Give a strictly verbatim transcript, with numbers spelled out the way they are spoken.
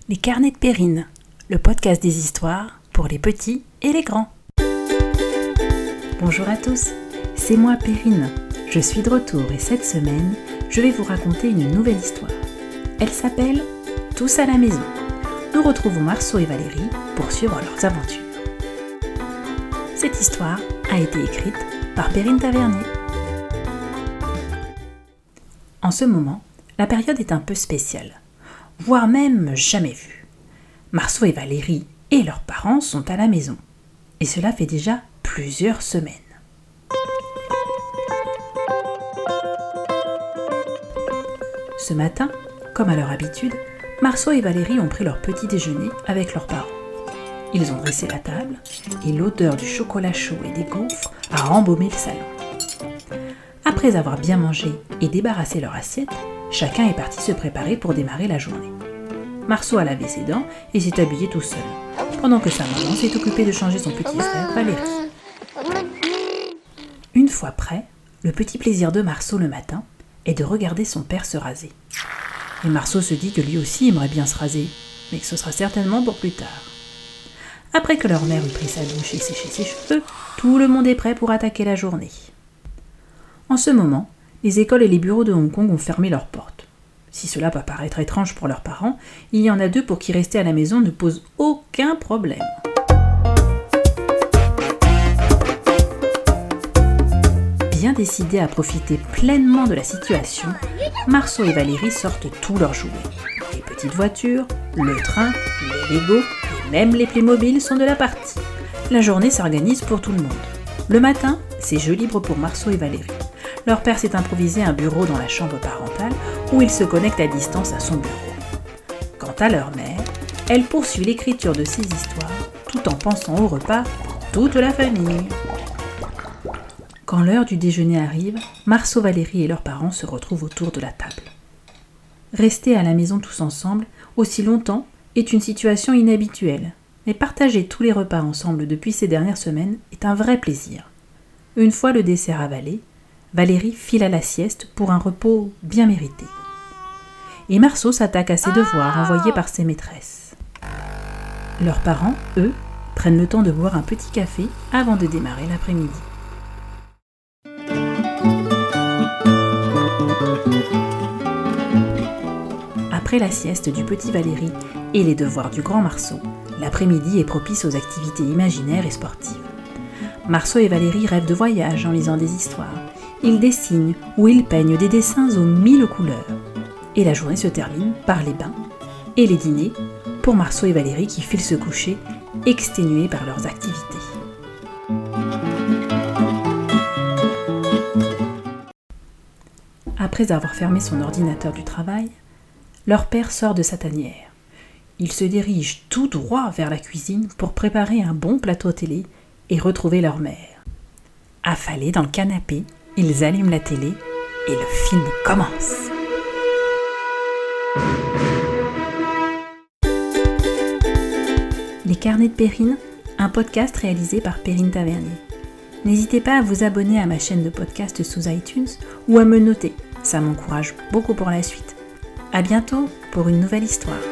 Les carnets de Perrine, le podcast des histoires pour les petits et les grands. Bonjour à tous, c'est moi Perrine. Je suis de retour et cette semaine, je vais vous raconter une nouvelle histoire. Elle s'appelle « Tous à la maison ». Nous retrouvons Marceau et Valérie pour suivre leurs aventures. Cette histoire a été écrite par Perrine Tavernier. En ce moment, la période est un peu spéciale, voire même jamais vue. Marceau et Valérie et leurs parents sont à la maison, et cela fait déjà plusieurs semaines. Ce matin, comme à leur habitude, Marceau et Valérie ont pris leur petit déjeuner avec leurs parents. Ils ont dressé la table, et l'odeur du chocolat chaud et des gaufres a embaumé le salon. Après avoir bien mangé et débarrassé leur assiette, chacun est parti se préparer pour démarrer la journée. Marceau a lavé ses dents et s'est habillé tout seul, pendant que sa maman s'est occupée de changer son petit frère Valérie. Une fois prêt, le petit plaisir de Marceau le matin est de regarder son père se raser. Et Marceau se dit que lui aussi aimerait bien se raser, mais que ce sera certainement pour plus tard. Après que leur mère eut pris sa douche et séché ses cheveux, tout le monde est prêt pour attaquer la journée. En ce moment, les écoles et les bureaux de Hong Kong ont fermé leurs portes. Si cela peut paraître étrange pour leurs parents, il y en a deux pour qui rester à la maison ne pose aucun problème. Bien décidés à profiter pleinement de la situation, Marceau et Valérie sortent tous leurs jouets. Les petites voitures, le train, les Lego et même les Playmobil sont de la partie. La journée s'organise pour tout le monde. Le matin, c'est jeu libre pour Marceau et Valérie. Leur père s'est improvisé un bureau dans la chambre parentale où il se connecte à distance à son bureau. Quant à leur mère, elle poursuit l'écriture de ses histoires tout en pensant au repas pour toute la famille. Quand l'heure du déjeuner arrive, Marceau, Valérie et leurs parents se retrouvent autour de la table. Rester à la maison tous ensemble aussi longtemps est une situation inhabituelle, mais partager tous les repas ensemble depuis ces dernières semaines est un vrai plaisir. Une fois le dessert avalé, Valérie file à la sieste pour un repos bien mérité. Et Marceau s'attaque à ses devoirs envoyés par ses maîtresses. Leurs parents, eux, prennent le temps de boire un petit café avant de démarrer l'après-midi. Après la sieste du petit Valérie et les devoirs du grand Marceau, l'après-midi est propice aux activités imaginaires et sportives. Marceau et Valérie rêvent de voyage en lisant des histoires. Ils dessinent ou ils peignent des dessins aux mille couleurs. Et la journée se termine par les bains et les dîners pour Marceau et Valérie qui filent se coucher, exténués par leurs activités. Après avoir fermé son ordinateur du travail, leur père sort de sa tanière. Il se dirige tout droit vers la cuisine pour préparer un bon plateau télé et retrouver leur mère. Affalés dans le canapé, ils allument la télé et le film commence. Les carnets de Perrine, un podcast réalisé par Perrine Tavernier. N'hésitez pas à vous abonner à ma chaîne de podcast sous iTunes ou à me noter, ça m'encourage beaucoup pour la suite. À bientôt pour une nouvelle histoire.